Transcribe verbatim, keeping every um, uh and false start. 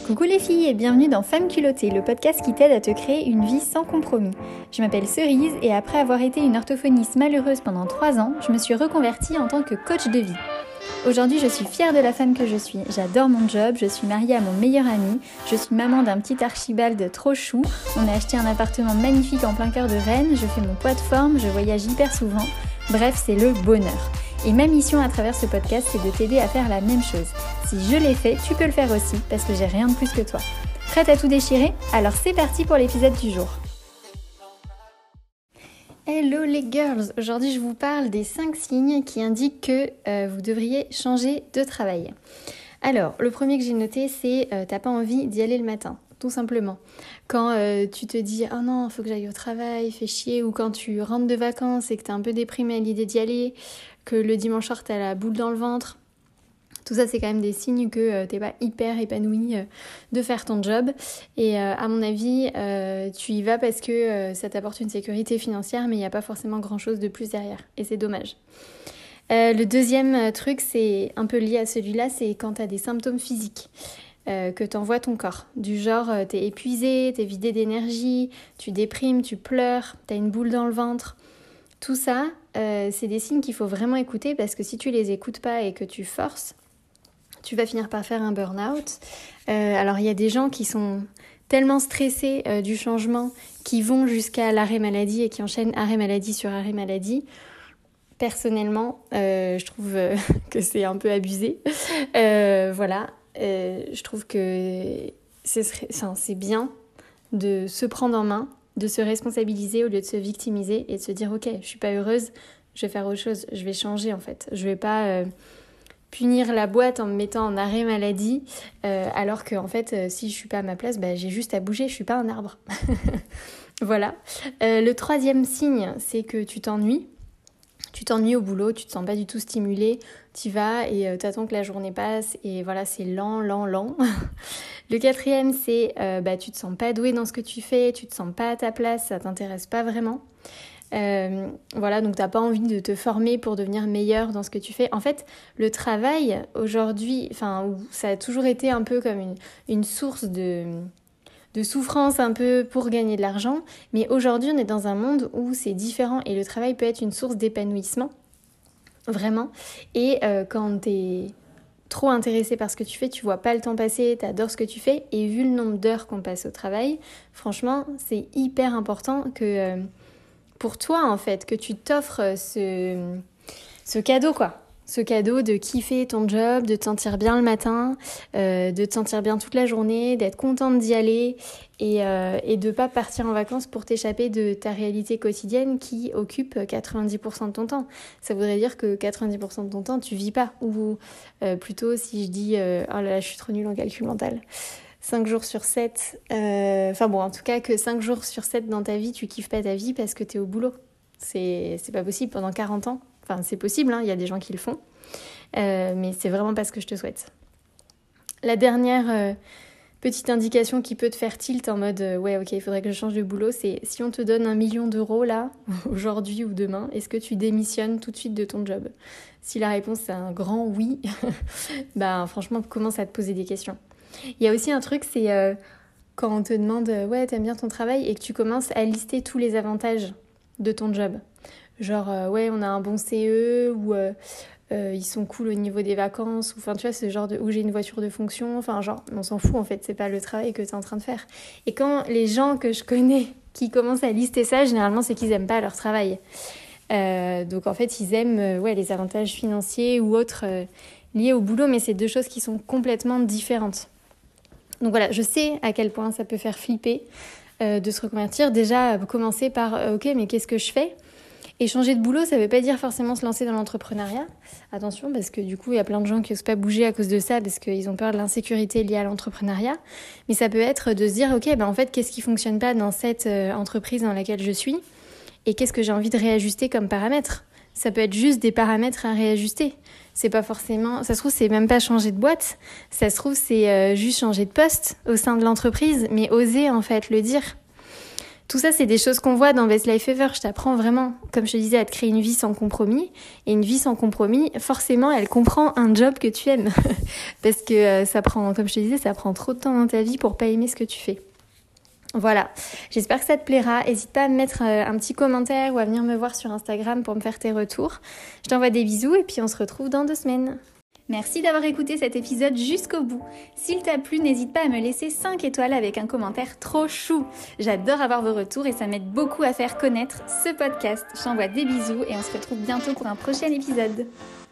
Coucou les filles et bienvenue dans Femmes culottées, le podcast qui t'aide à te créer une vie sans compromis. Je m'appelle Cerise et après avoir été une orthophoniste malheureuse pendant trois ans, je me suis reconvertie en tant que coach de vie. Aujourd'hui, je suis fière de la femme que je suis. J'adore mon job, je suis mariée à mon meilleur ami, je suis maman d'un petit Archibald trop chou, on a acheté un appartement magnifique en plein cœur de Rennes, je fais mon poids de forme, je voyage hyper souvent. Bref, c'est le bonheur. Et ma mission à travers ce podcast, c'est de t'aider à faire la même chose. Si je l'ai fait, tu peux le faire aussi, parce que j'ai rien de plus que toi. Prête à tout déchirer ? Alors c'est parti pour l'épisode du jour. Hello les girls, aujourd'hui je vous parle des cinq signes qui indiquent que euh, vous devriez changer de travail. Alors, le premier que j'ai noté, c'est euh, t'as pas envie d'y aller le matin, tout simplement. Quand euh, tu te dis « Oh non, faut que j'aille au travail, fais chier » ou quand tu rentres de vacances et que t'es un peu déprimée à l'idée d'y aller, que le dimanche soir t'as la boule dans le ventre, tout ça c'est quand même des signes que euh, t'es pas hyper épanouie euh, de faire ton job. Et euh, à mon avis, euh, tu y vas parce que euh, ça t'apporte une sécurité financière, mais il n'y a pas forcément grand chose de plus derrière. Et c'est dommage. Euh, le deuxième truc, c'est un peu lié à celui-là, c'est quand t'as des symptômes physiques. Euh, que t'envoie ton corps, du genre euh, t'es épuisé, t'es vidé d'énergie, tu déprimes, tu pleures, t'as une boule dans le ventre. Tout ça, euh, c'est des signes qu'il faut vraiment écouter parce que si tu les écoutes pas et que tu forces, tu vas finir par faire un burn-out. Euh, alors il y a des gens qui sont tellement stressés euh, du changement qui vont jusqu'à l'arrêt maladie et qui enchaînent arrêt maladie sur arrêt maladie. Personnellement, euh, je trouve euh, que c'est un peu abusé. Euh, voilà. Euh, je trouve que c'est, enfin, c'est bien de se prendre en main, de se responsabiliser au lieu de se victimiser et de se dire ok, je suis pas heureuse, je vais faire autre chose, je vais changer en fait. Je vais pas euh, punir la boîte en me mettant en arrêt maladie euh, alors que en fait euh, si je suis pas à ma place, bah, j'ai juste à bouger, je suis pas un arbre. Voilà. Euh, le troisième signe, c'est que tu t'ennuies. Tu t'ennuies au boulot, tu te sens pas du tout stimulé, tu vas et euh, t'attends que la journée passe et voilà, c'est lent, lent, lent. Le quatrième, c'est euh, bah tu te sens pas doué dans ce que tu fais, tu te sens pas à ta place, ça t'intéresse pas vraiment. Euh, voilà, donc t'as pas envie de te former pour devenir meilleur dans ce que tu fais. En fait, le travail aujourd'hui, enfin, ça a toujours été un peu comme une, une source de... de souffrance un peu pour gagner de l'argent, mais aujourd'hui on est dans un monde où c'est différent et le travail peut être une source d'épanouissement, vraiment. Et euh, quand t'es trop intéressé par ce que tu fais, tu vois pas le temps passer, t'adores ce que tu fais, et vu le nombre d'heures qu'on passe au travail, franchement c'est hyper important que euh, pour toi en fait, que tu t'offres ce, ce cadeau quoi. Ce cadeau de kiffer ton job, de te sentir bien le matin, euh, de te sentir bien toute la journée, d'être contente d'y aller et, euh, et de pas partir en vacances pour t'échapper de ta réalité quotidienne qui occupe quatre-vingt-dix pour cent de ton temps. Ça voudrait dire que quatre-vingt-dix pour cent de ton temps, tu vis pas. Ou euh, plutôt, si je dis... Euh, oh là là, je suis trop nulle en calcul mental. cinq jours sur sept... Euh, enfin bon, en tout cas, que cinq jours sur sept dans ta vie, tu kiffes pas ta vie parce que t'es au boulot. C'est, c'est pas possible pendant quarante ans. Enfin, c'est possible, hein, il y a des gens qui le font, euh, mais c'est vraiment pas ce que je te souhaite. La dernière euh, petite indication qui peut te faire tilt en mode euh, « ouais, ok, il faudrait que je change de boulot », c'est si on te donne un million d'euros là, aujourd'hui ou demain, est-ce que tu démissionnes tout de suite de ton job ? Si la réponse est un grand oui, bah franchement, commence à te poser des questions. Il y a aussi un truc, c'est euh, quand on te demande « ouais, t'aimes bien ton travail » et que tu commences à lister tous les avantages de ton job. Genre, euh, ouais, on a un bon C E, ou euh, euh, ils sont cool au niveau des vacances, ou enfin, tu vois, ce genre de... où j'ai une voiture de fonction, enfin, genre, on s'en fout, en fait, c'est pas le travail que t'es en train de faire. Et quand les gens que je connais qui commencent à lister ça, généralement, c'est qu'ils aiment pas leur travail. Euh, donc, en fait, ils aiment, euh, ouais, les avantages financiers ou autres euh, liés au boulot, mais c'est deux choses qui sont complètement différentes. Donc voilà, je sais à quel point ça peut faire flipper euh, de se reconvertir. Déjà, commencer par, euh, ok, mais qu'est-ce que je fais ? Et changer de boulot, ça ne veut pas dire forcément se lancer dans l'entrepreneuriat. Attention, parce que du coup, il y a plein de gens qui n'osent pas bouger à cause de ça, parce qu'ils ont peur de l'insécurité liée à l'entrepreneuriat. Mais ça peut être de se dire, ok, ben en fait, qu'est-ce qui ne fonctionne pas dans cette euh, entreprise dans laquelle je suis ? Et qu'est-ce que j'ai envie de réajuster comme paramètres ? Ça peut être juste des paramètres à réajuster. C'est pas forcément... Ça se trouve, c'est même pas changer de boîte. Ça se trouve, c'est euh, juste changer de poste au sein de l'entreprise, mais oser en fait le dire. Tout ça, c'est des choses qu'on voit dans Best Life Ever. Je t'apprends vraiment, comme je te disais, à te créer une vie sans compromis. Et une vie sans compromis, forcément, elle comprend un job que tu aimes. Parce que euh, ça prend, comme je te disais, ça prend trop de temps dans ta vie pour pas aimer ce que tu fais. Voilà, j'espère que ça te plaira. N'hésite pas à me mettre un petit commentaire ou à venir me voir sur Instagram pour me faire tes retours. Je t'envoie des bisous et puis on se retrouve dans deux semaines. Merci d'avoir écouté cet épisode jusqu'au bout. S'il t'a plu, n'hésite pas à me laisser cinq étoiles avec un commentaire trop chou. J'adore avoir vos retours et ça m'aide beaucoup à faire connaître ce podcast. Je t'envoie des bisous et on se retrouve bientôt pour un prochain épisode.